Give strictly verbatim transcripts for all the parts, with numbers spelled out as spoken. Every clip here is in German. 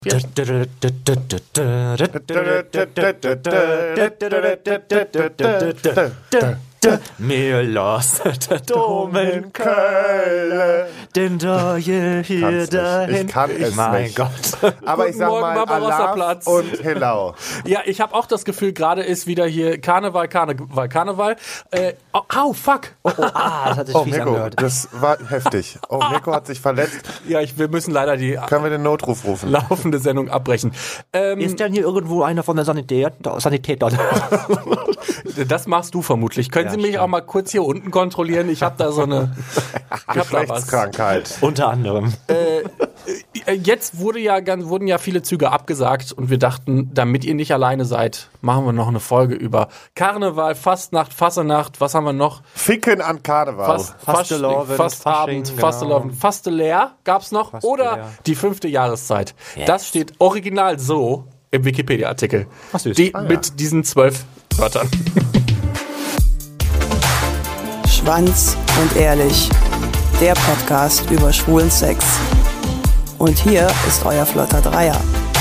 Mir los Dom in Köln, denn da je hier dahin. Ich kann es mein nicht. Gott. Aber ich sag Morgen, mal Barbarossa-Platz. Alarv und Hellau. Ja, ich habe auch das Gefühl, gerade ist wieder hier Karneval, Karneval, Karneval. Äh, au, au, fuck. Oh, oh, ah, das hat sich Oh, fies Mirko, angehört. das war heftig. Oh, Mirko hat sich verletzt. Ja, ich, wir müssen leider die Können wir den Notruf rufen? laufende Sendung abbrechen. Ähm, Ist denn hier irgendwo einer von der Sanität? Sanität dort? das machst du vermutlich. Können Ja, Sie mich stimmt. auch mal kurz hier unten kontrollieren? Ich habe da so eine ich hab da was. Geschlechtskrankheit. Unter anderem. Äh, Jetzt wurde ja, ganz- wurden ja viele Züge abgesagt und wir dachten, damit ihr nicht alleine seid, machen wir noch eine Folge über Karneval, Fastnacht, Fassenacht, was haben wir noch? Ficken an Karneval. Fast, Fastelovend, Fastabend, Fasching, Fastelovend, genau. Fasteleer gab's noch Fasteleer. oder die fünfte Jahreszeit. Yes. Das steht original so im Wikipedia-Artikel. Ach, süß. Die, Ah, ja. mit diesen zwölf Wörtern. Schwanz und ehrlich, der Podcast über schwulen Sex. Und hier ist euer flotter Dreier.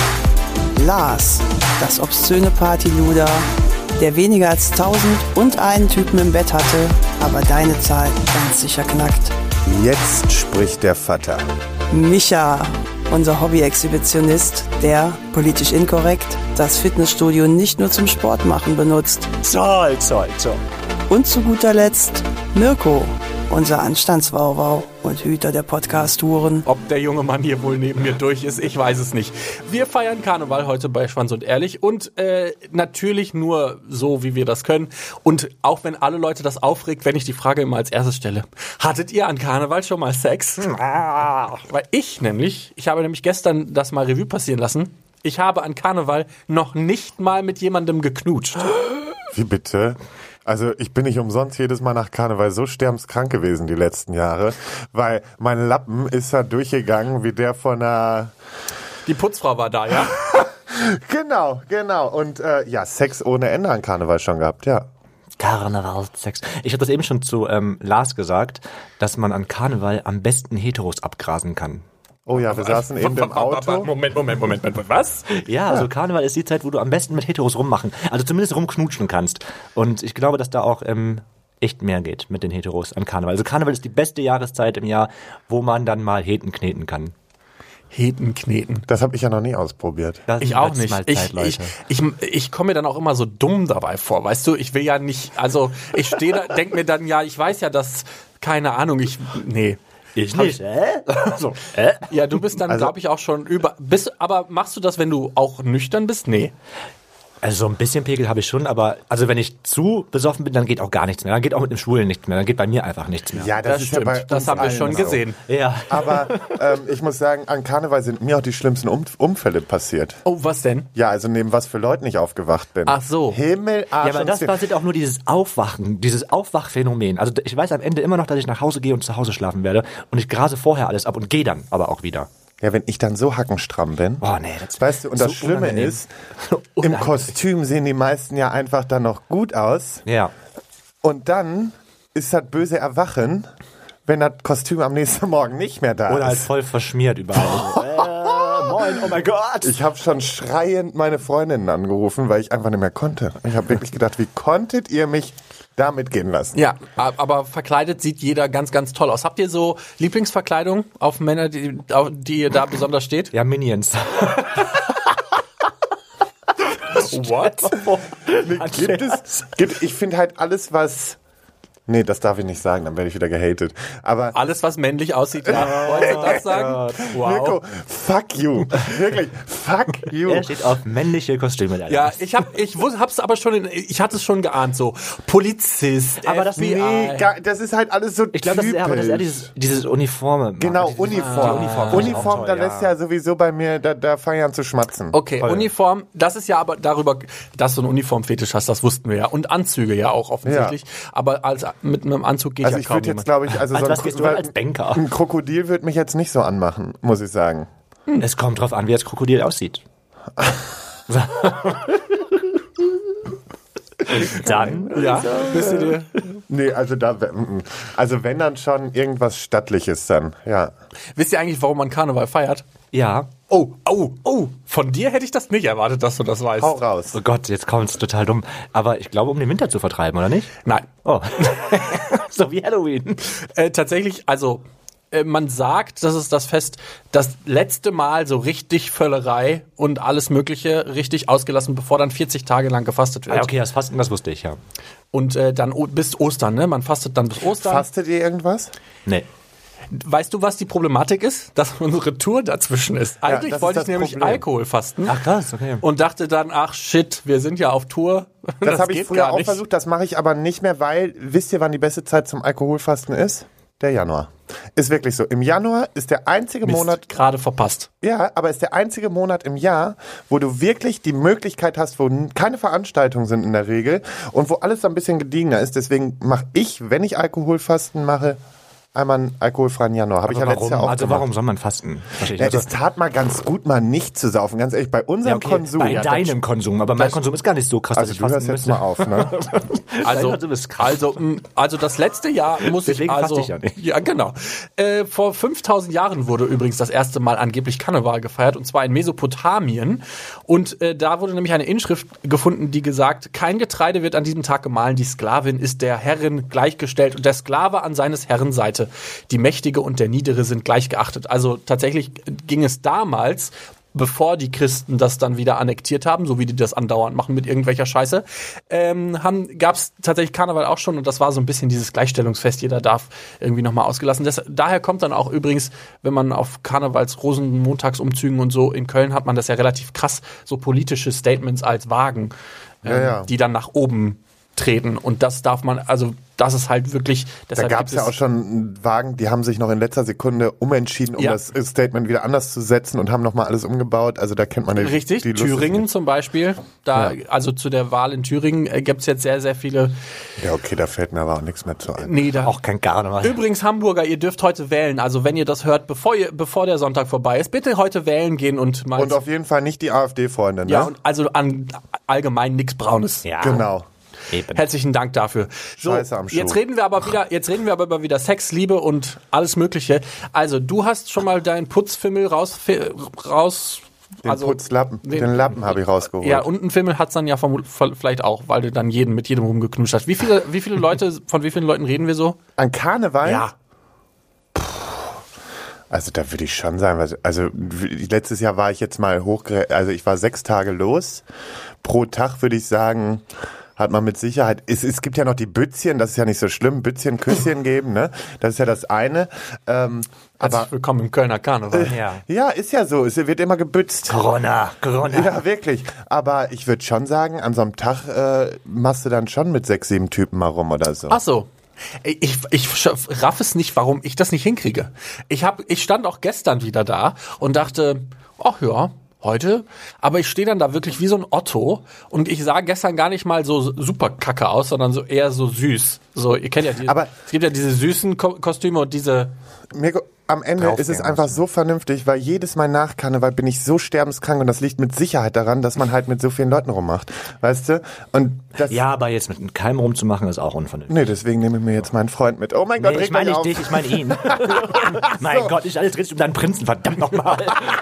Lars, das obszöne Partyluder, der weniger als tausend und einen Typen im Bett hatte, aber deine Zahl ganz sicher knackt. Jetzt spricht der Vater. Micha, unser Hobby-Exhibitionist, der, politisch inkorrekt, das Fitnessstudio nicht nur zum Sport machen benutzt. Zoll, zoll, zoll. Und zu guter Letzt Mirko, unser Anstandswauwau und Hüter der Podcast-Touren. Ob der junge Mann hier wohl neben mir durch ist, ich weiß es nicht. Wir feiern Karneval heute bei Schwanz und Ehrlich und äh, natürlich nur so, wie wir das können. Und auch wenn alle Leute das aufregt, wenn ich die Frage immer als erstes stelle. Hattet ihr an Karneval schon mal Sex? Weil ich nämlich, ich habe nämlich gestern das mal Revue passieren lassen. Ich habe an Karneval noch nicht mal mit jemandem geknutscht. Wie bitte? Also ich bin nicht umsonst jedes Mal nach Karneval so sterbenskrank gewesen die letzten Jahre, weil mein Lappen ist da durchgegangen wie der von einer... Die Putzfrau war da, ja? Genau, genau. Und äh, ja, Sex ohne Ende an Karneval schon gehabt, ja. Karnevalsex. Ich habe das eben schon zu ähm, Lars gesagt, dass man an Karneval am besten Heteros abgrasen kann. Oh ja, wir saßen eben im Auto. Moment, Moment, Moment, Moment. Was? Ja, also Karneval ist die Zeit, wo du am besten mit Heteros rummachen, also zumindest rumknutschen kannst. Und ich glaube, dass da auch ähm, echt mehr geht mit den Heteros an Karneval. Also Karneval ist die beste Jahreszeit im Jahr, wo man dann mal Heten kneten kann. Heten kneten. Das habe ich ja noch nie ausprobiert. Das Ich auch wird's nicht. mal Ich, Zeit, ich, Leute. ich, ich komme mir dann auch immer so dumm dabei vor, weißt du? Ich will ja nicht, also ich stehe da, denk mir dann, ja, ich weiß ja, dass, keine Ahnung, ich, nee. Ich Hab nicht, äh? so, äh? Ja, du bist dann, Also- glaube ich, auch schon über, bist, aber machst du das, wenn du auch nüchtern bist? Nee. Also so ein bisschen Pegel habe ich schon, aber also wenn ich zu besoffen bin, dann geht auch gar nichts mehr. Dann geht auch mit dem Schwulen nichts mehr. Dann geht bei mir einfach nichts mehr. Ja, Das, stimmt. bei Das uns haben wir allen schon so. gesehen. Ja. Aber ähm, ich muss sagen, an Karneval sind mir auch die schlimmsten um Umfälle passiert. Oh, was denn? Ja, also neben was für Leuten ich aufgewacht bin. Ach so. Himmel, Arsch Ja, aber und das Zwirn. passiert auch nur dieses Aufwachen, dieses Aufwachphänomen. Also ich weiß am Ende immer noch, dass ich nach Hause gehe und zu Hause schlafen werde. Und ich grase vorher alles ab und gehe dann aber auch wieder. Ja, wenn ich dann so hackenstramm bin. Oh nee, das Weißt du, und so das Schlimme unangenehm. ist, im Kostüm sehen die meisten ja einfach dann noch gut aus. Ja. Und dann ist das böse Erwachen, wenn das Kostüm am nächsten Morgen nicht mehr da Oder halt ist. voll verschmiert überall. äh, moin, oh mein Gott. Ich habe schon schreiend meine Freundinnen angerufen, weil ich einfach nicht mehr konnte. Ich habe wirklich gedacht, wie konntet ihr mich damit gehen lassen? Ja, aber verkleidet sieht jeder ganz, ganz toll aus. Habt ihr so Lieblingsverkleidung auf Männer, die, auf die ihr da besonders steht? Ja, Minions. What? Nee, gibt es, gibt, ich finde halt alles, was... Nee, das darf ich nicht sagen, dann werde ich wieder gehatet. Aber Alles, was männlich aussieht, ja. Wolltest du das sagen? Mirko, fuck you. Wirklich, fuck you. Er steht auf männliche Kostüme. Alter. Ja, ich hab, ich wus- hab's aber schon, in, ich hatte es schon geahnt, so Polizist, Aber das- F B I. Nee, gar, das ist halt alles so Ich glaube, das ist eher, aber das ist eher dieses, dieses Uniforme. Genau, Dieses- Uniform. Die Uniform, Uniform, da ja. lässt ja sowieso bei mir, da, da feiern zu schmatzen. Okay, Voll. Uniform, das ist ja aber darüber, dass du einen Uniformfetisch hast, das wussten wir ja. Und Anzüge ja auch offensichtlich. Aber als mit einem Anzug geht Also ja ich kaum würde jetzt, jemand. glaube ich, also Als so ein, was gehst du weil als Banker? ein Krokodil würde mich jetzt nicht so anmachen, muss ich sagen. Es kommt drauf an, wie das Krokodil aussieht. Dann, Ja, bist du dir? Nee, also da, also wenn dann schon irgendwas Stattliches dann, ja. Wisst ihr eigentlich, warum man Karneval feiert? ja, Oh, oh, oh. Von dir hätte ich das nicht erwartet, dass du das weißt. Hau raus. Oh Gott, jetzt kommt's total dumm. Aber ich glaube, um den Winter zu vertreiben, oder nicht? Nein. Oh. So wie Halloween. Äh, tatsächlich, also äh, man sagt, das ist das Fest, das letzte Mal so richtig Völlerei und alles Mögliche richtig ausgelassen, bevor dann vierzig Tage lang gefastet wird. Ah, okay, das Fasten, das wusste ich, ja. Und äh, dann o- bis Ostern, ne? Man fastet dann bis Ostern. Fastet ihr irgendwas? Nee. Weißt du, was die Problematik ist? Dass unsere Tour dazwischen ist. Eigentlich das ist wollte das ich nämlich Problem. Alkohol fasten. Ach krass, okay. Und dachte dann, ach shit, wir sind ja auf Tour. Das, habe ich geht früher gar auch nicht. versucht, das mache ich aber nicht mehr, weil, wisst ihr, wann die beste Zeit zum Alkoholfasten ist? Der Januar. Ist wirklich so. Im Januar ist der einzige Mist, Monat, gerade verpasst. ja, aber ist der einzige Monat im Jahr, wo du wirklich die Möglichkeit hast, wo n- keine Veranstaltungen sind in der Regel und wo alles so ein bisschen gediegener ist. Deswegen mache ich, wenn ich Alkoholfasten mache, einmal einen alkoholfreien Januar. Habe ich ja Aber letztes warum? Jahr auch Also gemacht. warum soll man fasten? Verstehe ich Ja, also, es tat mal ganz gut, mal nicht zu saufen. Ganz ehrlich, bei unserem ja, okay, Konsum. bei Ja, deinem Konsum, aber mein das- Konsum ist gar nicht so krass, also dass ich du hörst fasten jetzt müsste. mal auf, ne? Also, Also, das ist krass. also, mh, also das letzte Jahr muss Deswegen ich also, faste ich ja nicht. ja genau. Äh, vor fünftausend Jahren wurde übrigens das erste Mal angeblich Karneval gefeiert und zwar in Mesopotamien und äh, da wurde nämlich eine Inschrift gefunden, die gesagt, kein Getreide wird an diesem Tag gemahlen, die Sklavin ist der Herrin gleichgestellt und der Sklave an seines Herren Seite. Die Mächtige und der Niedere sind gleich geachtet. Also tatsächlich ging es damals, bevor die Christen das dann wieder annektiert haben, so wie die das andauernd machen mit irgendwelcher Scheiße, ähm, haben, gab's tatsächlich Karneval auch schon und das war so ein bisschen dieses Gleichstellungsfest, jeder darf irgendwie nochmal ausgelassen. Das, daher kommt dann auch übrigens, wenn man auf Karnevals Rosenmontagsumzügen und so in Köln hat man das ja relativ krass, so politische Statements als Wagen, ähm, Ja, ja. die dann nach oben treten und das darf man, also das ist halt wirklich, Da deshalb gab es gibt ja auch schon Wagen, die haben sich noch in letzter Sekunde umentschieden, um Ja. das Statement wieder anders zu setzen und haben nochmal alles umgebaut. Also da kennt man die, Richtig, die lustigsten- Thüringen zum Beispiel. Da, Ja. also zu der Wahl in Thüringen äh, gibt's jetzt sehr, sehr viele. Ja, okay, da fällt mir aber auch nichts mehr zu ein. Nee, da, Auch kein Karneval. Übrigens, Hamburger, ihr dürft heute wählen. Also wenn ihr das hört, bevor ihr, bevor der Sonntag vorbei ist, bitte heute wählen gehen und mal. Und auf jeden Fall nicht die AfD-Freunde, ne? ja, und also an allgemein nichts Braunes. Ja, Genau. eben. Herzlichen Dank dafür. So, Scheiße am Schuh. jetzt reden wir aber wieder, jetzt reden wir aber über wieder Sex, Liebe und alles Mögliche. Also du hast schon mal deinen Putzfimmel raus, raus. Den also, Putzlappen, den- den Lappen habe ich rausgeholt. Ja, und ein Fimmel hat's dann ja vermut- vielleicht auch, weil du dann jeden mit jedem rumgeknutscht hast. Wie viele, wie viele Leute, von wie vielen Leuten reden wir so? An Karneval? Ja. Also da würde ich schon sagen, was- also w- letztes Jahr war ich jetzt mal hochgere, also ich war sechs Tage los. Pro Tag würde ich sagen, hat man mit Sicherheit, es, es gibt ja noch die Bützchen, das ist ja nicht so schlimm, Bützchen, Küsschen geben, ne? Das ist ja das eine. Ähm, aber Herzlich willkommen im Kölner Karneval. Ja. ja, ist ja so, es wird immer gebützt. Corona, Corona. Ja, wirklich. Aber ich würde schon sagen, an so einem Tag äh, machst du dann schon mit sechs, sieben Typen mal rum oder so. Ach so. Ich, ich raff es nicht, warum ich das nicht hinkriege. Ich hab, ich stand auch gestern wieder da und dachte, ach ja, heute. Aber ich stehe dann da wirklich wie so ein Otto und ich sah gestern gar nicht mal so super kacke aus, sondern so eher so süß. So, ihr kennt ja die, Aber- es gibt ja diese süßen Ko Kostüme und diese. Mirko, am Ende Draufgänger ist es einfach so vernünftig, weil jedes Mal nach Karneval bin ich so sterbenskrank und das liegt mit Sicherheit daran, dass man halt mit so vielen Leuten rummacht. Weißt du? Und das, Ja, aber jetzt mit einem Keim rumzumachen ist auch unvernünftig. nee, deswegen nehme ich mir jetzt meinen Freund mit. Oh mein Gott, Nee, ich reg meine mich nicht auf. dich, ich meine ihn. Mein Gott, nicht alles dreht sich um deinen Prinzen, verdammt nochmal.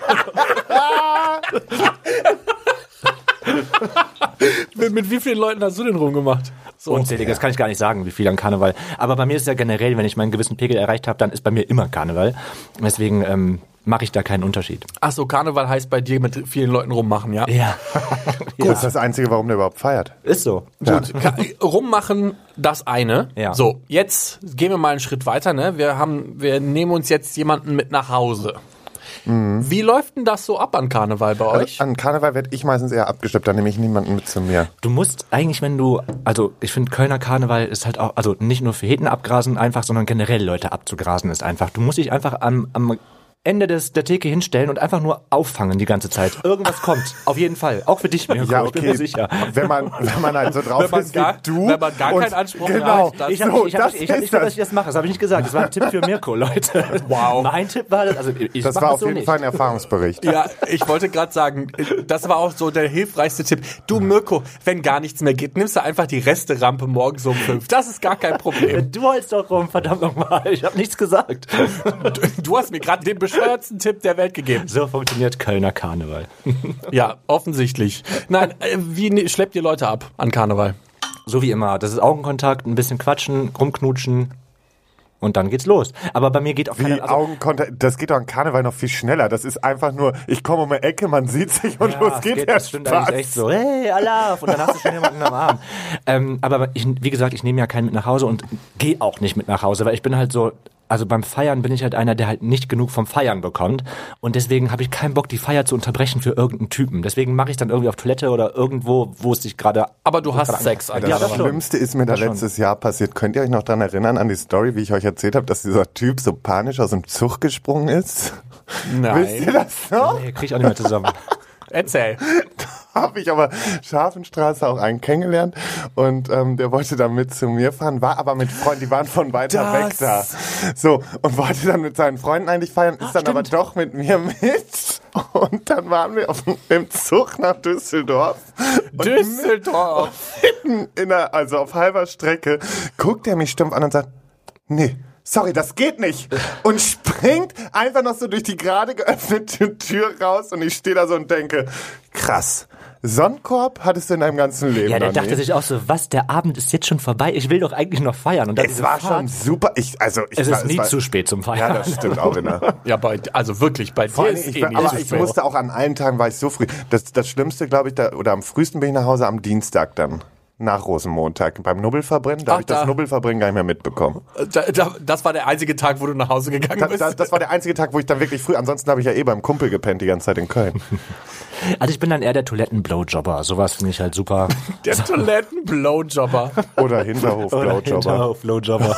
Mit, mit wie vielen Leuten hast du denn rumgemacht? So. Unzählige, das kann ich gar nicht sagen, wie viel an Karneval. Aber bei mir ist ja generell, wenn ich meinen gewissen Pegel erreicht habe, dann ist bei mir immer Karneval. Deswegen ähm, mache ich da keinen Unterschied. Ach so, Karneval heißt bei dir mit vielen Leuten rummachen, ja? Ja. Das ist das Einzige, warum der überhaupt feiert. Ist so. Gut, Ka- rummachen, das eine. Ja. So, jetzt gehen wir mal einen Schritt weiter. Ne? Wir haben, wir nehmen uns jetzt jemanden mit nach Hause. Wie läuft denn das so ab an Karneval bei euch? Also an Karneval werde ich meistens eher abgesteppt, dann nehme ich niemanden mit zu mir. Du musst eigentlich, wenn du, also ich finde Kölner Karneval ist halt auch, also nicht nur für Heten abgrasen einfach, sondern generell Leute abzugrasen ist einfach. Du musst dich einfach am, am Ende des, der Theke hinstellen und einfach nur auffangen die ganze Zeit. Irgendwas kommt, auf jeden Fall. Auch für dich, Mirko, Ja, ich bin mir okay. sicher. Wenn man, wenn man halt so drauf Wenn man ist gar- wie du. wenn man gar und keinen Anspruch genau, hat, das- Ich habe so, ich hab, das ich hab ist nicht gesagt, dass das. ich das mache. Das habe ich nicht gesagt. Das war ein Tipp für Mirko, Leute. Wow. Mein Tipp war das, also ich Das mach war auf so jeden nicht. Fall ein Erfahrungsbericht. Ja, ich wollte gerade sagen, das war auch so der hilfreichste Tipp. Du Mirko, wenn gar nichts mehr geht, nimmst du einfach die Resterampe morgens um fünf. Das ist gar kein Problem. Du holst doch rum, verdammt nochmal. Ich habe nichts gesagt. Du hast mir gerade den Besch bescheuertsten Tipp der Welt gegeben. So funktioniert Kölner Karneval. Ja, offensichtlich. Nein, äh, wie ne, schleppt ihr Leute ab an Karneval? So wie immer. Das ist Augenkontakt, ein bisschen quatschen, rumknutschen. Und dann geht's los. Aber bei mir geht auch Wie keiner... Also, Augenkontakt, das geht doch an Karneval noch viel schneller. Das ist einfach nur, ich komme um eine Ecke, man sieht sich und ja, los geht, geht der das stimmt Spaß. eigentlich echt so, hey, Allah, und dann hast du schon jemanden am Arm. Ähm, aber ich, wie gesagt, ich nehme ja keinen mit nach Hause und gehe auch nicht mit nach Hause, weil ich bin halt so... Also beim Feiern bin ich halt einer, der halt nicht genug vom Feiern bekommt. Und deswegen habe ich keinen Bock, die Feier zu unterbrechen für irgendeinen Typen. Deswegen mache ich dann irgendwie auf Toilette oder irgendwo, wo es sich gerade... Aber du hast Sex an Das, Ja, das Schlimmste ist mir da Das schon. letztes Jahr passiert. Könnt ihr euch noch daran erinnern, an die Story, wie ich euch erzählt habe, dass dieser Typ so panisch aus dem Zug gesprungen ist? Wisst ihr Nein. das noch? Nee, krieg ich auch nicht mehr zusammen. Erzähl. Habe ich aber Scharfenstraße auch einen kennengelernt und ähm, der wollte dann mit zu mir fahren, war aber mit Freunden, die waren von weiter Das. weg da. So, und wollte dann mit seinen Freunden eigentlich feiern, ist dann aber doch mit mir mit. Und dann waren wir auf dem, im Zug nach Düsseldorf. Und Düsseldorf. mitten in der, also auf halber Strecke, guckt er mich stumpf an und sagt, nee, sorry, das geht nicht. Und springt einfach noch so durch die gerade geöffnete Tür raus und ich stehe da so und denke, krass, Sonnenkorb hattest du in deinem ganzen Leben Ja, der noch dachte nie. sich auch so, was, der Abend ist jetzt schon vorbei, ich will doch eigentlich noch feiern. Und dann Es diese war Fahrt, schon super. Ich, also ich Es war, ist nie war, zu spät zum Ja, Feiern. das stimmt auch. In der, Ja, bei, also wirklich, bei Vor dir allem, ist ich, eh war- nicht aber so ich spät. musste auch an allen Tagen war ich so früh. Das, das Schlimmste, glaube ich, da, oder am frühesten bin ich nach Hause am Dienstag dann. Nach Rosenmontag. Beim Nubbelverbrennen, da Ach, habe ich das da. Nubbelverbrennen gar nicht mehr mitbekommen. Da, da, das war der einzige Tag, wo du nach Hause gegangen Da, bist. da, das war der einzige Tag, wo ich dann wirklich früh, ansonsten habe ich ja eh beim Kumpel gepennt die ganze Zeit in Köln. Also ich bin dann eher der Toiletten-Blowjobber. Sowas finde ich halt super. Der Toiletten-Blowjobber. Oder Hinterhof-Blowjobber. Hinterhof-Blowjobber.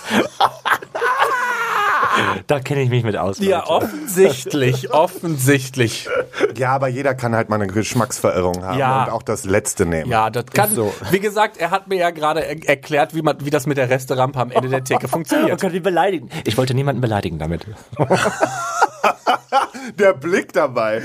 Da kenne ich mich mit aus. Ja, Leute. offensichtlich, offensichtlich. Ja, aber jeder kann halt mal eine Geschmacksverirrung haben Ja. und auch das Letzte nehmen. Ja, das kann so. Wie gesagt, er hat mir ja gerade er erklärt, wie man, wie das mit der Resterampe am Ende der Theke Oh funktioniert. Gott, wie beleidigen. Ich wollte niemanden beleidigen damit. Der Blick dabei.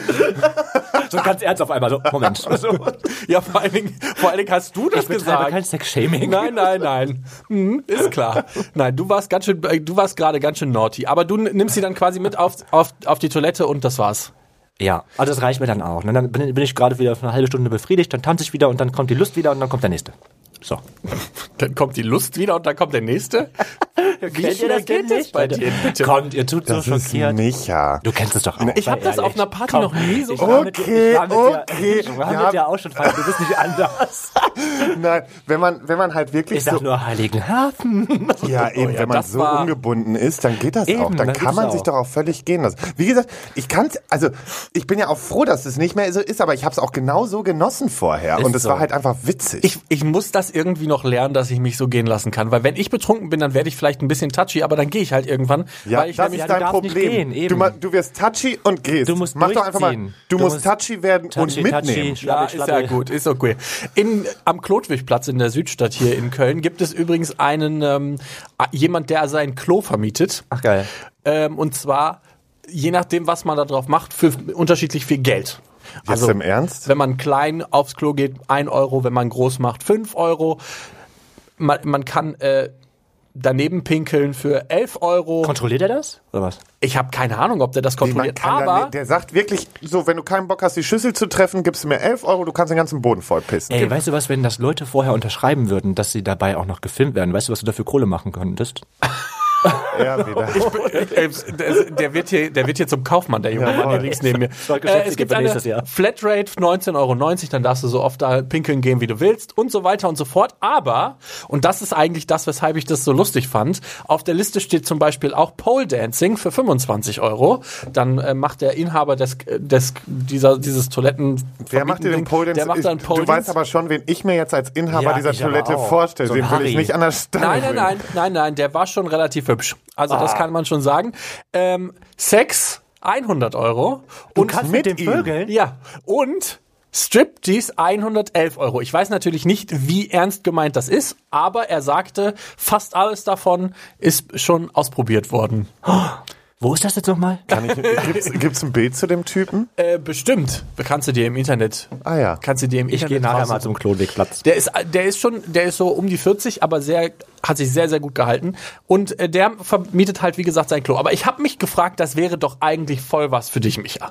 So ganz ernst auf einmal. So, Moment. So. Ja, vor allen Dingen, vor allen Dingen hast du das Ich betreibe gesagt. kein Sex-Shaming. Nein, nein, nein. Hm, ist klar. Nein, du warst ganz schön, äh, du warst gerade ganz schön naughty. Aber du nimmst sie dann quasi mit auf, auf, auf die Toilette und das war's. Ja, also das reicht mir dann auch. Ne? Dann bin, bin ich gerade wieder für eine halbe Stunde befriedigt, dann tanze ich wieder und dann kommt die Lust wieder und dann kommt der nächste. So. Dann kommt die Lust wieder und dann kommt der nächste. Wie schnell geht das bei dir? Bitte. Kommt, ihr tut so Das ist schockiert. Micha. Du kennst es doch auch. Ich habe sei das auf ehrlich. einer Party Komm, noch nie so ich war mit dir- ich war mit dir- Okay, Ich war okay. mit dir auch schon feiern, du bist nicht anders. Nein, wenn man, wenn man halt wirklich Ich sag so... nur Heiligenhafen. Ja, eben, ja, wenn man das so war- ungebunden ist, dann geht das Eben, auch. Dann dann kann geht's man auch. sich doch auch völlig gehen lassen. Wie gesagt, ich kann's, also ich bin ja auch froh, dass es nicht mehr so ist, aber ich habe es auch genau so genossen vorher. Ist und es so. war halt einfach witzig. Ich, ich muss das irgendwie noch lernen, dass ich mich so gehen lassen kann. Weil wenn ich betrunken bin, dann werde ich vielleicht ein bisschen touchy, aber dann gehe ich halt irgendwann. ja, weil ich das nämlich, ist ja, dein du darfst nicht Problem. gehen, eben. du, ma- du wirst touchy und gehst. Du musst Mach doch einfach mal. durchziehen. Du, Du musst musst touchy werden touchy, und mitnehmen. touchy, ja, Schlabbel, ist ja schlabbel. gut, ist okay. In, am Klotwigplatz in der Südstadt hier in Köln gibt es übrigens einen, ähm, jemand, der sein Klo vermietet. Ach geil. Ähm, und zwar, je nachdem, was man da drauf macht, für unterschiedlich viel Geld. Jetzt im Ernst? Wenn man klein aufs Klo geht, ein Euro, wenn man groß macht, fünf Euro. Man, man kann äh, daneben pinkeln für elf Euro. Kontrolliert er das? Oder was? Ich habe keine Ahnung, ob der das Nee, man kontrolliert, kann aber dann, der sagt wirklich so, wenn du keinen Bock hast, die Schüssel zu treffen, gibst du mir elf Euro, du kannst den ganzen Boden voll pissen. Ey, weißt du was, wenn das Leute vorher unterschreiben würden, dass sie dabei auch noch gefilmt werden, weißt du, was du dafür Kohle machen könntest? Ja, wieder. Äh, der, der, wird hier, der wird hier zum Kaufmann, der junge Ja, Mann hier voll. links neben mir. Soll Äh, Geschäftsidee es gibt für eine nächstes Jahr. Flatrate neunzehn Euro neunzig, dann darfst du so oft da pinkeln gehen, wie du willst und so weiter und so fort. Aber, und das ist eigentlich das, weshalb ich das so lustig fand, auf der Liste steht zum Beispiel auch Pole Dancing für fünfundzwanzig Euro. Dann äh, macht der Inhaber des, des dieser, dieses Toiletten... Wer macht dir den Pole Dance? Der macht dann Ich- Pole Du Dance. weißt aber schon, wen ich mir jetzt als Inhaber Ja, dieser ich aber Toilette auch. vorstelle. So ein Den will ich Harry. nicht an der Stange Nein, nein, sehen. nein, nein, nein, der war schon relativ hübsch. Also Ah. das kann man schon sagen. Ähm, Sex, hundert Euro. Du und kannst mit dem ihm. Vögeln? Ja, und Striptease hundertelf Euro. Ich weiß natürlich nicht, wie ernst gemeint das ist, aber er sagte, fast alles davon ist schon ausprobiert worden. Wo ist das jetzt nochmal? Kann ich, gibt's, gibt's ein Bild zu dem Typen? Äh, bestimmt. Kannst du dir im Internet. Ah ja. Kannst du dir im Ich Internet gehe nachher raussuchen. mal zum Klonwegplatz. Der ist, der ist schon, der ist so um die vierzig, aber sehr, hat sich sehr, sehr gut gehalten. Und äh, der vermietet halt, wie gesagt, sein Klo. Aber ich habe mich gefragt, das wäre doch eigentlich voll was für dich, Micha.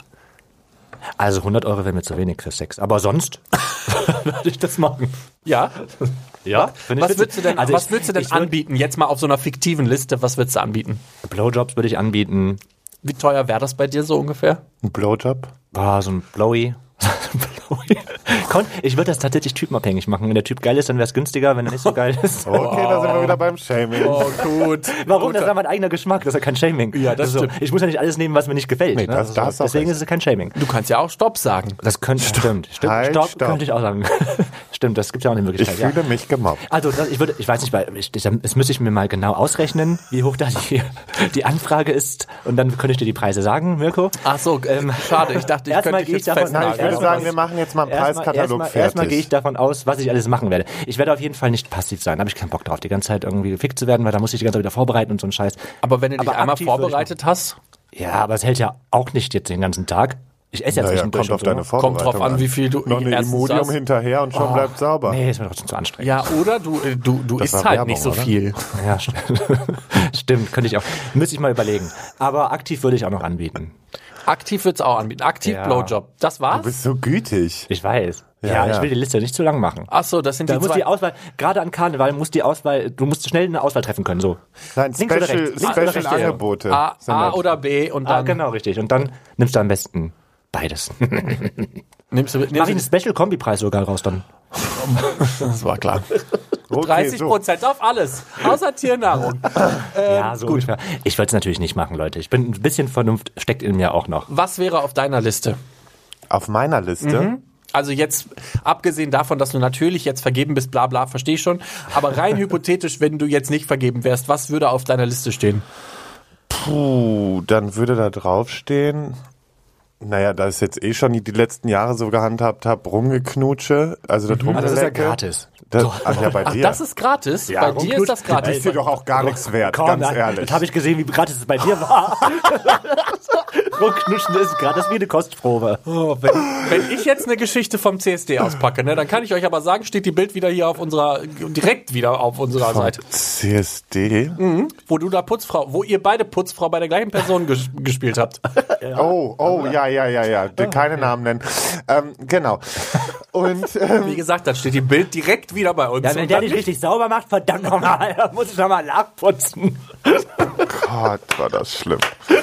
Also hundert Euro wäre mir zu wenig für Sex. Aber sonst würde ich das machen. Ja? Ja? Was würdest du denn, also was ich, würdest du denn ich würd, anbieten? Jetzt mal auf so einer fiktiven Liste, was würdest du anbieten? Blowjobs würde ich anbieten. Wie teuer wäre das bei dir so ungefähr? Ein Blowjob? Ah, so ein Blowy. Blowy. Kon- Ich würde das tatsächlich typenabhängig machen. Wenn der Typ geil ist, dann wäre es günstiger. Wenn er nicht so geil ist. Okay, da sind wir wieder beim Shaming. Oh, gut. Warum? Gut. Das ist ja mein eigener Geschmack. Das ist ja kein Shaming. Ja, das also, stimmt. ich muss ja nicht alles nehmen, was mir nicht gefällt. Nee, ne? das- da hast du auch Deswegen recht. ist es kein Shaming. Du kannst ja auch Stopp sagen. Das könnte, stimmt. Stimmt. Halt, Stopp, stopp. könnte ich auch sagen. Stimmt, das gibt's ja auch eine Ich Möglichkeit. Ja. fühle mich gemobbt. Also das, ich würde, ich weiß nicht, weil ich, ich, das müsste ich mir mal genau ausrechnen, wie hoch da die, die Anfrage ist, und dann könnte ich dir die Preise sagen, Mirko. Ach so, ähm, schade. Ich dachte, ich Erstmal könnte dich gehe ich jetzt davon- festnageln. Nein, ich würde Erstmal- sagen, wir machen jetzt mal einen Erstmal, Preiskatalog erstmal, fertig. erstmal gehe ich davon aus, was ich alles machen werde. Ich werde auf jeden Fall nicht passiv sein, da habe ich keinen Bock drauf, die ganze Zeit irgendwie gefickt zu werden, weil da muss ich die ganze Zeit wieder vorbereiten und so ein Scheiß. Aber wenn du dich Aber einmal aktiv würde ich vorbereitet hast, Ja, aber es hält ja auch nicht jetzt den ganzen Tag. Ich esse ja Naja, zwischendurch kommt auf und so. deine Vorbereitung kommt drauf an, wie viel du Noch eine erstens Imodium das- hinterher und schon bleibt sauber. Nee, ist mir trotzdem zu anstrengend. Ja, oder du, äh, du, du isst war halt Werbung, nicht so oder? viel. Ja, stimmt. Stimmt, könnte ich auch. Müsste ich mal überlegen. Aber aktiv würde ich auch noch anbieten. Aktiv wird's auch anbieten. Aktiv Ja. Blowjob. Das Du war's? bist so gütig. Ich weiß. Ja, Ja, ich ja. will die Liste nicht zu lang machen. Ach so, das sind Da die muss zwei. die Auswahl, gerade an Karneval muss die Auswahl, du musst schnell eine Auswahl treffen können, so. Nein, Links oder Special, rechts? Links oder Special rechts, ja. Angebote. A, sind A das. oder B und Ah, dann genau, richtig. Und dann nimmst du am besten beides. nimmst du, nimmst Mach ich du einen Special-Kombi-Preis sogar raus dann. das war klar. Okay, dreißig so. Prozent auf alles, außer Tiernahrung. ja, so ungefähr. Ich würde es natürlich nicht machen, Leute. Ich bin, ein bisschen Vernunft steckt in mir auch noch. Was wäre auf deiner Liste? Auf meiner Liste. Also jetzt, abgesehen davon, dass du natürlich jetzt vergeben bist, bla bla, verstehe ich schon. Aber rein hypothetisch, wenn du jetzt nicht vergeben wärst, was würde auf deiner Liste stehen? Puh, dann würde da draufstehen, naja, da ich jetzt eh schon die, die letzten Jahre so gehandhabt habe, rumgeknutsche, also das Ah, das ist ja Rumgelecke. gratis. Das, ach ja, bei Ach, dir. das ist gratis? Ja, Bei dir ist das das gratis. ist dir doch auch gar nichts wert, Komm, ganz nein, ehrlich. Das habe ich gesehen, wie gratis es bei dir war. Rumknutschen ist gratis wie eine Kostprobe. Oh, wenn, wenn ich jetzt eine Geschichte vom C S D auspacke, ne, dann kann ich euch aber sagen, steht die Bild wieder hier auf unserer, direkt wieder auf unserer Seite. C S D? Wo du da Putzfrau, wo ihr beide Putzfrau bei der gleichen Person ges gespielt habt. Oh, oh, ja, ja, ja, ja. Keine Namen nennen. Ähm, genau. Und ähm, Wie gesagt, dann steht die Bild direkt wieder bei uns. Ja, wenn Und der dann nicht richtig sauber macht, verdammt nochmal, dann muss ich nochmal nachputzen. Gott, war das schlimm.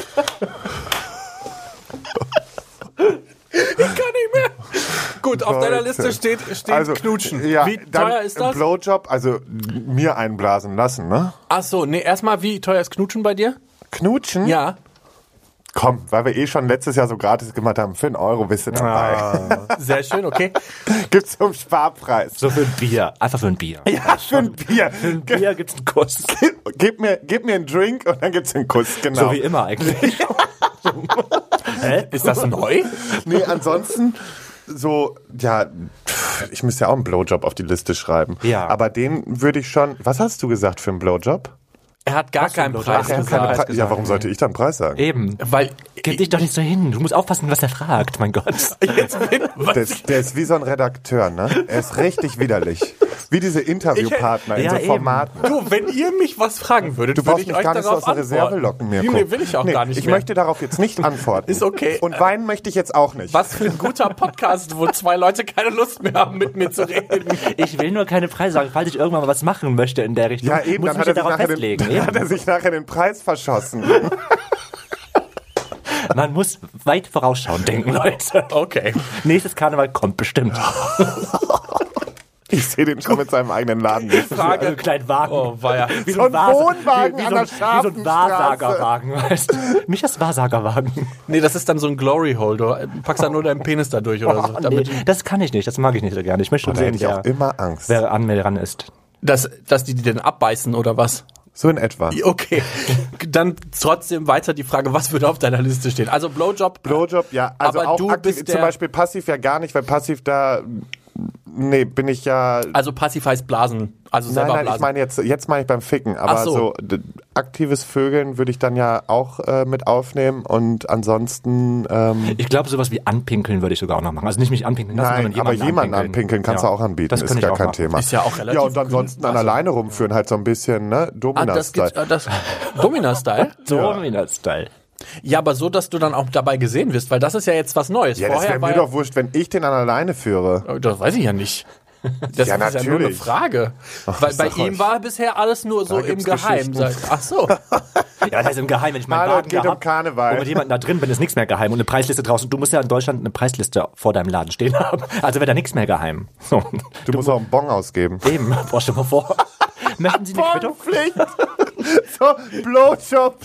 Ich kann nicht mehr. Gut, auf deiner Leute. Liste steht, steht Also, Knutschen. ja, Wie dann teuer ist das? Blowjob, also mir einblasen lassen, ne? Ach so, nee, erstmal, wie teuer ist Knutschen bei dir? Knutschen? Ja. Komm, weil wir eh schon letztes Jahr so gratis gemacht haben, für einen Euro bist du dabei. Ah. Sehr schön, okay. Gibt's zum Sparpreis. So für ein Bier. Einfach für ein Bier. Ja, für ein Bier. Für ein Bier gibt's einen Kuss. Gib mir, gib mir einen Drink und dann gibt's einen Kuss, genau. So wie immer eigentlich. Hä? Ist das neu? Nee, ansonsten so, ja, pff, ich müsste ja auch einen Blowjob auf die Liste schreiben. Ja. Aber den würde ich schon, was hast du gesagt für einen Blowjob? Er hat gar Was für ein keinen Blowjob? Preis Ach, er hat gesagt. keinen Preis. Pre- ja, warum sollte ich dann Preis sagen? Eben. Weil, Gib dich doch nicht so hin. Du musst aufpassen, was er fragt, mein Gott. jetzt bin, was, Der ist, der ist wie so ein Redakteur, ne? Er ist richtig widerlich. Wie diese Interviewpartner in Ja, so eben. Formaten. du, wenn ihr mich was fragen würdet, Du würde brauchst ich mich euch gar nicht so darauf aus der Reserve antworten. locken, Mirko. Nee, will ich auch Nee, gar nicht Ich mehr. möchte darauf jetzt nicht antworten. Ist okay. Und weinen möchte ich jetzt auch nicht. Was für ein guter Podcast, wo zwei Leute keine Lust mehr haben, mit mir zu reden. Ich will nur keine Preise sagen, falls ich irgendwann mal was machen möchte in der Richtung. Ja, eben, muss dann ich hat, mich er sich darauf nachher den, festlegen. dann hat Eben. er sich nachher den Preis verschossen. Man muss weit vorausschauend denken, Leute. Okay. Nächstes Karneval kommt bestimmt. Ich sehe den schon mit seinem eigenen Laden. Frage. Also einen kleinen Wagen. Oh, weia. Wie So ein Wahrs- Wohnwagen wie, wie an so, der ein- wie so scharfen ein Wahrsagerwagen, weißt du? Michas Wahrsagerwagen. Nee, das ist dann so ein Glory Hole. Du packst dann nur deinen Penis da durch oder so. Oh, Damit, nee, das kann ich nicht, das mag ich nicht so gerne. Ich möchte schon Da sehen, hätte ich auch wer, immer Angst. wer an mir dran ist. dass, dass die die denn abbeißen oder was? So in etwa. Okay. Dann trotzdem weiter die Frage, was würde auf deiner Liste stehen? Also Blowjob. Blowjob, ja. Also Aber auch du aktiv, bist der- zum Beispiel passiv ja gar nicht, weil passiv da, nee, bin ich ja... Also passiv heißt Blasen. Also Nein, selber nein, Blasen. ich meine jetzt, jetzt meine ich beim Ficken, aber Ach so. so, d- aktives Vögeln würde ich dann ja auch äh, mit aufnehmen und ansonsten... Ähm, Ich glaube, sowas wie anpinkeln würde ich sogar auch noch machen. Also nicht mich anpinkeln lassen, Nein, sondern aber jemanden jemanden anpinkeln, anpinkeln kannst ja. du auch anbieten, Das ist kann ich gar auch kein machen. Thema. Ist ja auch relativ Ja, und ansonsten grün. an alleine rumführen, halt so ein bisschen, ne, Ah, das Domina-Style. gibt's, äh, das Domina-Style? Domina-Style. Ja, aber so, dass du dann auch dabei gesehen wirst, weil das ist ja jetzt was Neues. Ja, das wäre war mir doch wurscht, wenn ich den an alleine führe. ja, das weiß ich ja nicht. Das Ja, ist ja nur eine natürlich. Frage. Weil bei sag ihm euch. war bisher alles nur so Da im gibt's Geheim. Geschichten. Ach so. Ja, das heißt im Geheim, wenn ich meinen Hallo, Wagen geht da um hab Karneval. und mit jemandem da drin bin, ist nichts mehr geheim und eine Preisliste draußen. Du musst ja in Deutschland eine Preisliste vor deinem Laden stehen haben. Also wäre da nichts mehr geheim. So. Du musst auch einen Bon ausgeben. Eben, boah, stell mal vor. Möchten Sie eine Quittung? Bonpflicht! So, Blowjob!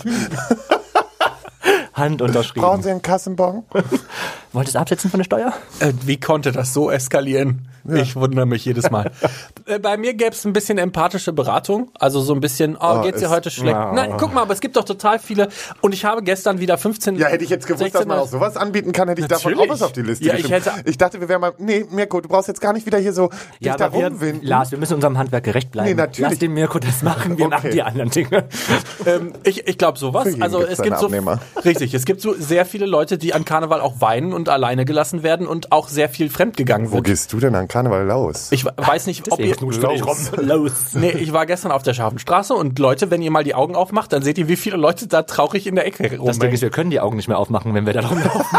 Hand unterschrieben. Brauchen Sie einen Kassenbon? Wollt ihr es absetzen von der Steuer? Äh, wie konnte das so eskalieren? Ich wundere mich jedes Mal. äh, bei mir gäbe es ein bisschen empathische Beratung. Also so ein bisschen, oh, Oh, geht's dir ist- heute schlecht? Ja. Nein, guck mal, aber es gibt doch total viele. Und ich habe gestern wieder fünfzehn... Ja, hätte ich jetzt gewusst, dass sechzehn man auch sowas anbieten kann, hätte ich davon auch Natürlich. was auf die Liste Ja, ich geschrieben. hätte- Ich dachte, wir wären mal... Nee, Mirko, du brauchst jetzt gar nicht wieder hier so dich da aber wir, rumwinden. Lars, wir müssen unserem Handwerk gerecht bleiben. Nee, natürlich. Lass den Mirko das machen, wir Okay. machen die anderen Dinge. Ähm, ich ich glaube sowas. Für jeden Also gibt's es gibt seine so Abnehmer. richtig, es gibt so sehr viele Leute, die an Karneval auch weinen und alleine gelassen werden und auch sehr viel fremdgegangen Wo wird. gehst du denn an Karneval los? Ich weiß nicht, ob Deswegen ihr knutschst du nicht rum. Los. Nee, ich war gestern auf der scharfen Straße und Leute, wenn ihr mal die Augen aufmacht, dann seht ihr, wie viele Leute da traurig in der Ecke Das Ding rumhängen. ist, wir können die Augen nicht mehr aufmachen, wenn wir da rumlaufen.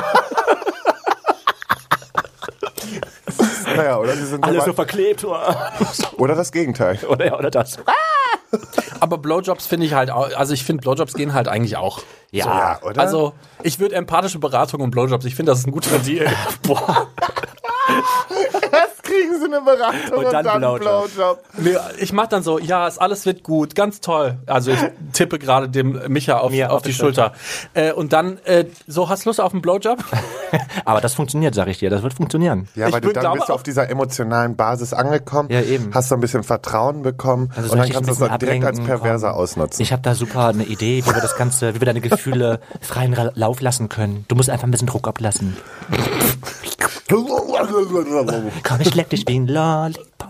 Naja, oder sie sind Alles so so verklebt. oder das Gegenteil. Oder, ja, oder das. Aber Blowjobs finde ich halt auch, also ich finde Blowjobs gehen halt eigentlich auch. Ja, oder? Also ich würde empathische Beratung und Blowjobs, ich finde, das ist ein guter Deal. Boah. Erst kriegen sie eine Beratung Und und dann dann, Blowjob. Blowjob. Nee, ich mach dann so, ja, es, alles wird gut, ganz toll. Also ich tippe gerade dem Micha auf, Mir auf auf die die Schulter. Äh, und dann, äh, so, hast du Lust auf einen Blowjob? Aber das funktioniert, sag ich dir. Das wird funktionieren. Ja, Ich weil du dann glaube bist du auch- auf dieser emotionalen Basis angekommen, Ja, eben. hast so ein bisschen Vertrauen bekommen Also so und dann richtig kannst du es ein dann bisschen direkt als ablenken, Perverser komm. ausnutzen. Ich habe da super eine Idee, wie wir das Ganze, wie wir deine Gefühle freien Ra- Lauf lassen können. Du musst einfach ein bisschen Druck ablassen. Komm, ich leck dich wie ein Lollipop.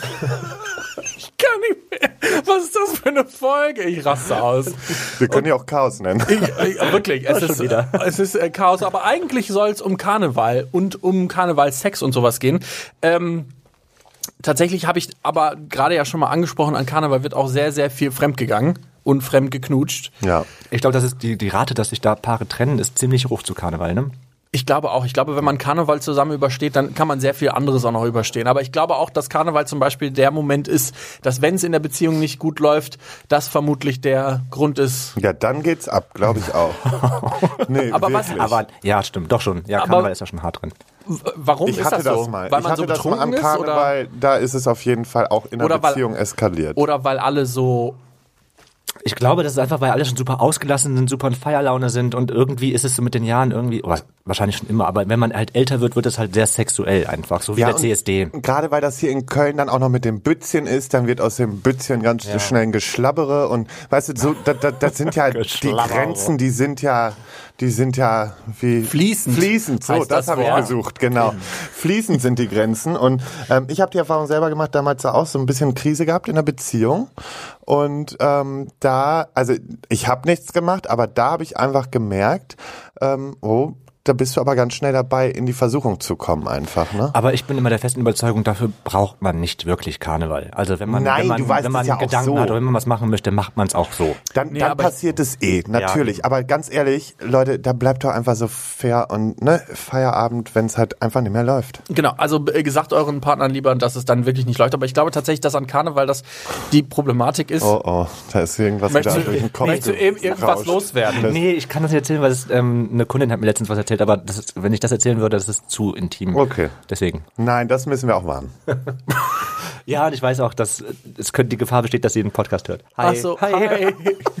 Kann nicht mehr. Was ist das für eine Folge? Ich raste aus. Wir können ja auch Chaos nennen. Ich, ich, wirklich, es schon ist, wieder. es ist äh, Chaos. Aber eigentlich soll es um Karneval und um Karnevalsex und sowas gehen. Ähm, tatsächlich habe ich aber gerade ja schon mal angesprochen, an Karneval wird auch sehr, sehr viel fremdgegangen und fremdgeknutscht. Ja. Ich glaube, das ist die, die Rate, dass sich da Paare trennen, ist ziemlich hoch zu Karneval, ne? Ich glaube auch. Ich glaube, wenn man Karneval zusammen übersteht, dann kann man sehr viel anderes auch noch überstehen. Aber ich glaube auch, dass Karneval zum Beispiel der Moment ist, dass wenn es in der Beziehung nicht gut läuft, das vermutlich der Grund ist. Ja, dann geht's ab, glaube ich auch. Nee, Aber was- wirklich. Aber ja, stimmt, doch schon. Ja, Aber- Karneval ist ja schon hart drin. W- Warum ich ist hatte das das so? mal. Weil ich man hatte so das mal betrunken am ist oder, Karneval, da ist es auf jeden Fall auch in der Oder weil- Beziehung eskaliert. oder weil alle so. Ich glaube, das ist einfach, weil alle schon super ausgelassen sind, super in Feierlaune sind und irgendwie ist es so mit den Jahren irgendwie, oder wahrscheinlich schon immer, aber wenn man halt älter wird, wird es halt sehr sexuell einfach, so wie der und C S D. Gerade weil das hier in Köln dann auch noch mit dem Bützchen ist, dann wird aus dem Bützchen ganz Ja. schnell ein Geschlabbere und weißt du, so, das, das, das sind ja die Geschlabbere. Grenzen, die sind ja, die sind ja wie Fließend. Fließend, so, Heißt das, das habe ich Wort. gesucht, genau. Fließend sind die Grenzen und ähm, ich habe die Erfahrung selber gemacht, damals auch so ein bisschen Krise gehabt in der Beziehung und ähm, da, also ich habe nichts gemacht, aber da habe ich einfach gemerkt, ähm, oh, da bist du aber ganz schnell dabei, in die Versuchung zu kommen einfach, ne? Aber ich bin immer der festen Überzeugung, dafür braucht man nicht wirklich Karneval. Also wenn man, Nein, wenn man, du weißt wenn man es ja auch Gedanken so. hat oder wenn man was machen möchte, macht man es auch so. Dann, Nee, dann aber passiert es eh, natürlich. Ja. Aber ganz ehrlich, Leute, da bleibt doch einfach so fair und ne, Feierabend, wenn es halt einfach nicht mehr läuft. Genau, also äh, gesagt euren Partnern lieber, dass es dann wirklich nicht läuft. Aber ich glaube tatsächlich, dass an Karneval das die Problematik ist. Oh, oh, da ist irgendwas Möchtest wieder du- durch den Kopf. möchtest du eben irgendwas gerauscht. loswerden? Das- Nee, ich kann das nicht erzählen, weil es, ähm, eine Kundin hat mir letztens was erzählt, aber das ist, wenn ich das erzählen würde, das ist zu intim. Okay. Deswegen. Nein, das müssen wir auch warnen. Ja, und ich weiß auch, dass äh, es könnte die Gefahr besteht, dass sie den Podcast hört. Ach so, hi.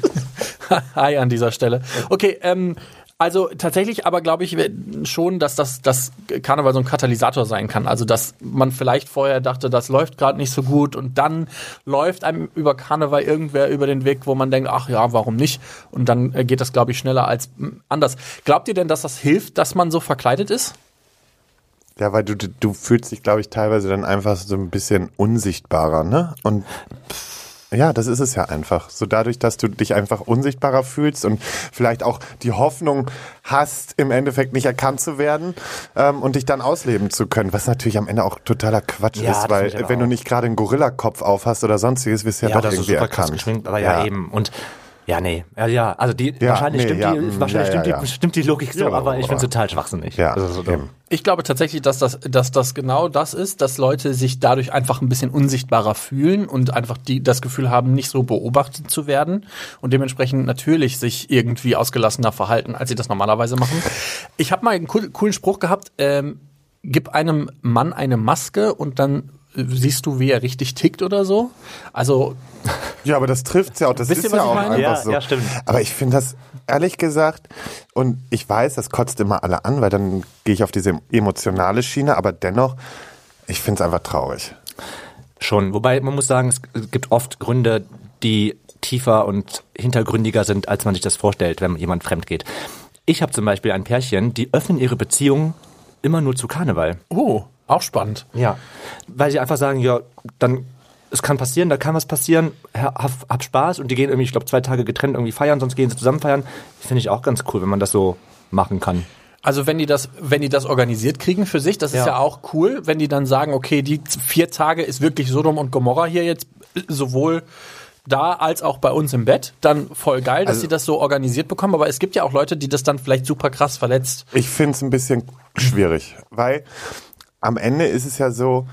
Hi an dieser Stelle. Okay, ähm, also tatsächlich aber glaube ich schon, dass das dass Karneval so ein Katalysator sein kann. Also dass man vielleicht vorher dachte, das läuft gerade nicht so gut und dann läuft einem über Karneval irgendwer über den Weg, wo man denkt, ach ja, warum nicht? Und dann äh, geht das, glaube ich, schneller als mm, anders. Glaubt ihr denn, dass das hilft, dass man so verkleidet ist? Ja, weil du, du fühlst dich, glaube ich, teilweise dann einfach so ein bisschen unsichtbarer, ne? Und Ja, das ist es ja einfach. So dadurch, dass du dich einfach unsichtbarer fühlst und vielleicht auch die Hoffnung hast, im Endeffekt nicht erkannt zu werden ähm, und dich dann ausleben zu können, was natürlich am Ende auch totaler Quatsch Ja, ist, das weil finde ich aber wenn du auch. nicht gerade einen Gorillakopf auf hast oder sonstiges, wirst du ja, Ja, doch das ist irgendwie super krass erkannt. geschminkt, aber ja, Ja. eben. Und ja, nee. Ja, ja. Also die Ja, wahrscheinlich nee, stimmt ja, die, mm, wahrscheinlich ja, stimmt, ja, die, ja. stimmt die Logik so, Ja, aber ich aber- finde es total schwachsinnig. Ja, also so dumm. eben. Ich glaube tatsächlich, dass das, dass das genau das ist, dass Leute sich dadurch einfach ein bisschen unsichtbarer fühlen und einfach die, das Gefühl haben, nicht so beobachtet zu werden und dementsprechend natürlich sich irgendwie ausgelassener verhalten, als sie das normalerweise machen. Ich habe mal einen cool, coolen Spruch gehabt, ähm, gib einem Mann eine Maske und dann siehst du, wie er richtig tickt oder so. Also Ja, aber das trifft's ja auch. Das Wisst ist ihr, ja was ich auch meine? einfach Ja, so. ja, stimmt. Aber ich finde das ehrlich gesagt, und ich weiß, das kotzt immer alle an, weil dann gehe ich auf diese emotionale Schiene, aber dennoch, ich finde es einfach traurig. Schon. Wobei man muss sagen, es gibt oft Gründe, die tiefer und hintergründiger sind, als man sich das vorstellt, wenn jemand fremd geht. Ich habe zum Beispiel ein Pärchen, die öffnen ihre Beziehung immer nur zu Karneval. oh, auch spannend. Ja. Weil sie einfach sagen, ja, dann, es kann passieren, da kann was passieren, hab, hab Spaß und die gehen irgendwie, ich glaube, zwei Tage getrennt irgendwie feiern, sonst gehen sie zusammen feiern. Finde ich auch ganz cool, wenn man das so machen kann. Also wenn die das, wenn die das organisiert kriegen für sich, das ist Ja. ja auch cool, wenn die dann sagen, okay, die vier Tage ist wirklich Sodom und Gomorra hier jetzt sowohl da als auch bei uns im Bett, dann voll geil, dass Also- sie das so organisiert bekommen. Aber es gibt ja auch Leute, die das dann vielleicht super krass verletzt. Ich finde es ein bisschen schwierig, weil am Ende ist es ja so,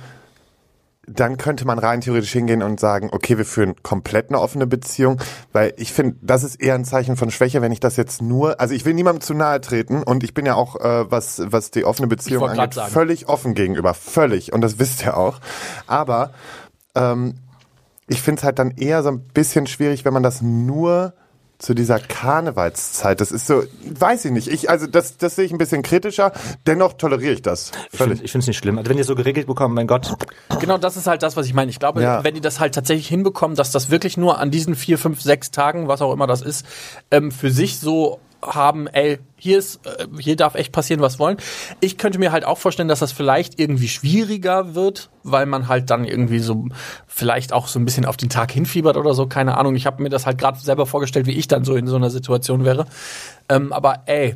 dann könnte man rein theoretisch hingehen und sagen, okay, wir führen komplett eine offene Beziehung, weil ich finde, das ist eher ein Zeichen von Schwäche, wenn ich das jetzt nur, also ich will niemandem zu nahe treten und ich bin ja auch, äh, was, was die offene Beziehung wollte grad angeht, sagen. völlig offen gegenüber, völlig, und das wisst ihr auch, aber ähm, ich finde es halt dann eher so ein bisschen schwierig, wenn man das nur zu dieser Karnevalszeit, das ist so, weiß ich nicht, ich, also das, das sehe ich ein bisschen kritischer, dennoch toleriere ich das. Ich Völlig. finde es nicht schlimm. Also wenn die es so geregelt bekommen, mein Gott. Genau, das ist halt das, was ich meine. Ich glaube, Ja. wenn die das halt tatsächlich hinbekommen, dass das wirklich nur an diesen vier, fünf, sechs Tagen, was auch immer das ist, ähm, für sich so haben, ey, hier ist, äh, hier darf echt passieren, was wollen. Ich könnte mir halt auch vorstellen, dass das vielleicht irgendwie schwieriger wird, weil man halt dann irgendwie so vielleicht auch so ein bisschen auf den Tag hinfiebert oder so, keine Ahnung. Ich habe mir das halt gerade selber vorgestellt, wie ich dann so in so einer Situation wäre. Ähm, aber ey,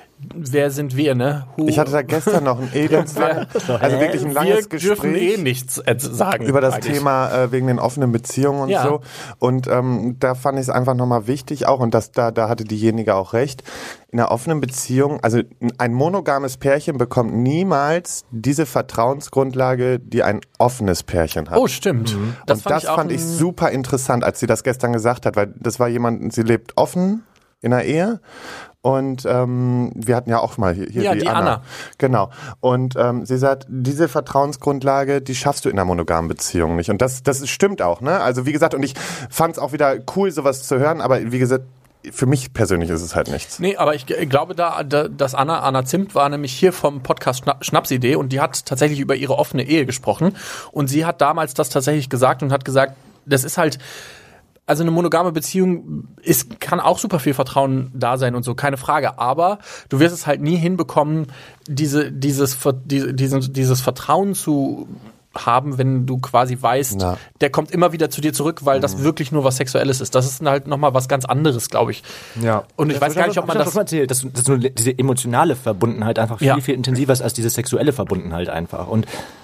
wer sind wir, ne? Who, Ich hatte da gestern noch ein elends-langes, also wirklich ein langes wir dürfen eh Gespräch nichts äh, sagen. über das eigentlich. Thema äh, wegen den offenen Beziehungen und Ja. so. Und ähm, da fand ich es einfach nochmal wichtig auch, und das, da, da hatte diejenige auch recht, in einer offenen Beziehung, also ein monogames Pärchen bekommt niemals diese Vertrauensgrundlage, die ein offenes Pärchen hat. Oh, stimmt. Das und fand das ich auch fand ich ein- super interessant, als sie das gestern gesagt hat, weil das war jemand, sie lebt offen in der Ehe. Und ähm, wir hatten ja auch mal hier, hier Ja, die, die Anna. Anna. Genau. Und ähm, sie sagt, diese Vertrauensgrundlage, die schaffst du in einer monogamen Beziehung nicht. Und das, das stimmt auch, ne? Also wie gesagt, und ich fand es auch wieder cool, sowas zu hören, aber wie gesagt, für mich persönlich ist es halt nichts. Nee, aber ich g- glaube, da, da dass Anna, Anna Zimt war nämlich hier vom Podcast Schna Schnapsidee und die hat tatsächlich über ihre offene Ehe gesprochen. Und sie hat damals das tatsächlich gesagt und hat gesagt, das ist halt, also eine monogame Beziehung ist, kann auch super viel Vertrauen da sein und so, keine Frage. Aber du wirst es halt nie hinbekommen, diese, dieses, Ver- diese, dieses, dieses Vertrauen zu haben, wenn du quasi weißt, Na. der kommt immer wieder zu dir zurück, weil das wirklich nur was Sexuelles ist. Das ist halt nochmal was ganz anderes, glaube ich. Ja. Und ich weiß gar nicht, ob man das das... schon erzählt, dass, dass nur diese emotionale Verbundenheit einfach viel, Ja. viel intensiver ist als diese sexuelle Verbundenheit einfach. Und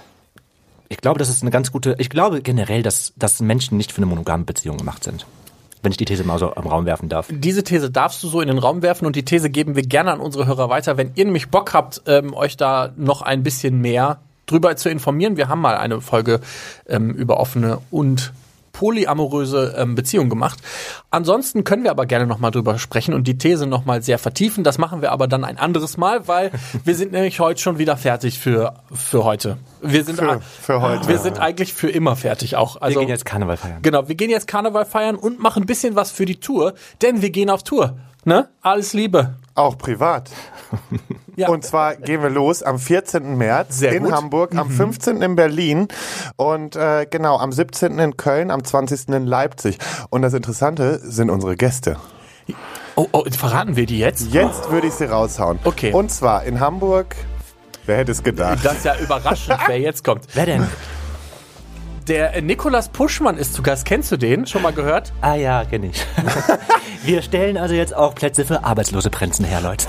ich glaube, das ist eine ganz gute, ich glaube generell, dass, dass Menschen nicht für eine monogame Beziehung gemacht sind. Wenn ich die These mal so im Raum werfen darf. Diese These darfst du so in den Raum werfen und die These geben wir gerne an unsere Hörer weiter. Wenn ihr nämlich Bock habt, ähm, euch da noch ein bisschen mehr drüber zu informieren, wir haben mal eine Folge ähm, über offene und polyamoröse ähm, Beziehungen gemacht. Ansonsten können wir aber gerne nochmal drüber sprechen und die These nochmal sehr vertiefen. Das machen wir aber dann ein anderes Mal, weil wir sind nämlich heute schon wieder fertig für, für heute. Wir sind, Für- für heute. Wir sind eigentlich für immer fertig auch. Also, Wir gehen jetzt Karneval feiern. Genau, wir gehen jetzt Karneval feiern und machen ein bisschen was für die Tour, denn wir gehen auf Tour. Ne? Alles Liebe. Auch privat. Ja. Und zwar gehen wir los am vierzehnten März Sehr in gut. Hamburg, am fünfzehnten in Berlin und äh, genau, am siebzehnten in Köln, am zwanzigsten in Leipzig. Und das Interessante sind unsere Gäste. Oh, oh, verraten wir die jetzt? Jetzt würde ich sie raushauen. Okay. Und zwar in Hamburg, wer hätte es gedacht? Das ist ja überraschend, wer jetzt kommt. Wer denn? der äh, Nikolas Puschmann ist zu Gast. Kennst du den? Schon mal gehört? Ah ja, kenne ich. Wir stellen also jetzt auch Plätze für arbeitslose Prinzen her, Leute.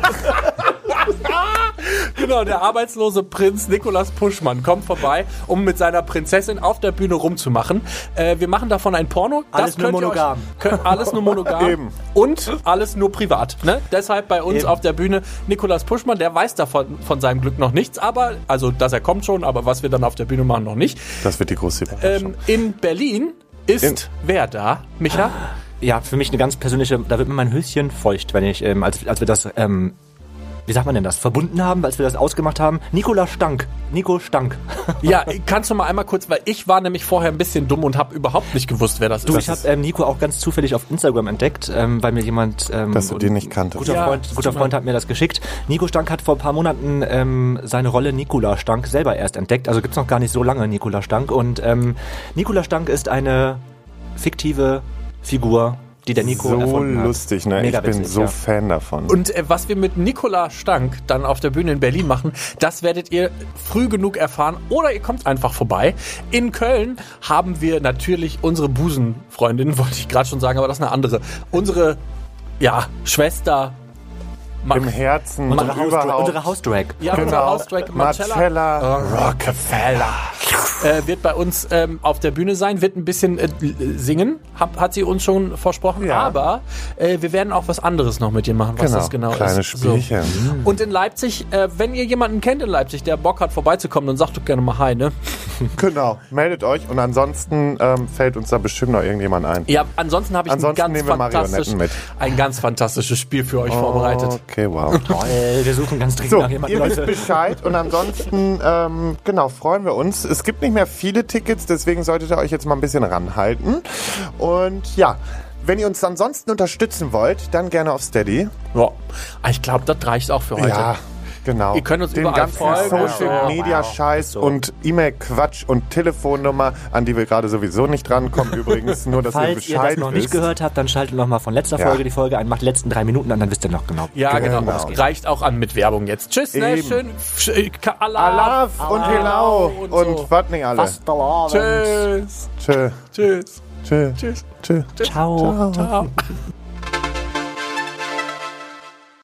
Genau, der arbeitslose Prinz Nikolas Puschmann kommt vorbei, um mit seiner Prinzessin auf der Bühne rumzumachen. Äh, wir machen davon ein Porno. Alles das nur könnt ihr monogam. Euch, könnt, alles nur monogam. Eben. Und alles nur privat. Ne? Deshalb bei uns Eben. auf der Bühne Nikolas Puschmann, der weiß davon von seinem Glück noch nichts, aber, also, dass er kommt schon, aber was wir dann auf der Bühne machen, noch nicht. Das wird die große Überraschung. Ähm, in Berlin ist In- wer da? Micha? Ja, für mich eine ganz persönliche, da wird mir mein Höschen feucht, wenn ich, ähm, als, als wir das, ähm, wie sagt man denn das, verbunden haben, als wir das ausgemacht haben. Nikola Stank. Nico Stank. Ja, kannst du mal einmal kurz, weil ich war nämlich vorher ein bisschen dumm und habe überhaupt nicht gewusst, wer das Du, ist. ich habe ähm, Nico auch ganz zufällig auf Instagram entdeckt, ähm, weil mir jemand... Ähm, Dass du den nicht kanntest. Guter, Ja, Freund, es guter tut Freund mir- hat mir das geschickt. Nico Stank hat vor ein paar Monaten ähm, seine Rolle Nikola Stank selber erst entdeckt. Also gibt's noch gar nicht so lange Nikola Stank. Und ähm, Nikola Stank ist eine fiktive Figur, die der Nico so erfunden hat. lustig, ne? Mega Ich bin witzig, so ja. Fan davon. Und äh, was wir mit Nikola Stank dann auf der Bühne in Berlin machen, das werdet ihr früh genug erfahren oder ihr kommt einfach vorbei. In Köln haben wir natürlich unsere Busenfreundin, wollte ich gerade schon sagen, aber das ist eine andere. Unsere, ja, Schwester. Ma- Im Herzen Unsere, und Hausdra überhaupt. unsere Hausdrag. Ja, unser Genau. Hausdrag Marcella, Marcella Rockefeller äh, wird bei uns ähm, auf der Bühne sein, wird ein bisschen äh, singen, hat, hat sie uns schon versprochen, Ja. aber äh, wir werden auch was anderes noch mit ihr machen, was Genau, das genau kleine ist. Spielchen. So. Und in Leipzig, äh, wenn ihr jemanden kennt in Leipzig, der Bock hat vorbeizukommen, dann sagt doch gerne mal Hi, ne? Genau, meldet euch und ansonsten ähm, fällt uns da bestimmt noch irgendjemand ein. Ja, ansonsten habe ich Ansonsten ein, ganz nehmen wir fantastisch, Marionetten mit. ein ganz fantastisches Spiel für euch vorbereitet. Okay, wow. Toll, wir suchen ganz dringend So, nach jemandem, ihr wisst Leute. Bescheid und ansonsten, ähm, genau, freuen wir uns. Es gibt nicht mehr viele Tickets, deswegen solltet ihr euch jetzt mal ein bisschen ranhalten. Und ja, wenn ihr uns ansonsten unterstützen wollt, dann gerne auf Steady. Ja, ich glaube, das reicht auch für heute. Ja, genau. Ihr könnt uns Den überall ganzen folgen. Social Media Scheiß und E-Mail-Quatsch und Telefonnummer, an die wir gerade sowieso nicht rankommen übrigens, nur dass ihr Falls ihr das Bescheid noch nicht wisst. gehört habt, dann schaltet noch mal von letzter Ja. Folge die Folge ein, macht die letzten drei Minuten an, dann wisst ihr noch genau. Ja, genau. Genau. Das reicht auch an mit Werbung jetzt. Tschüss, ne? Eben. Schön. Sch- Ka- Alaf und Helau und und, so. was nicht alle. Tschüss. Tschö, Tschüss. tschö, Tschüss. tschö. Ciao. Ciao.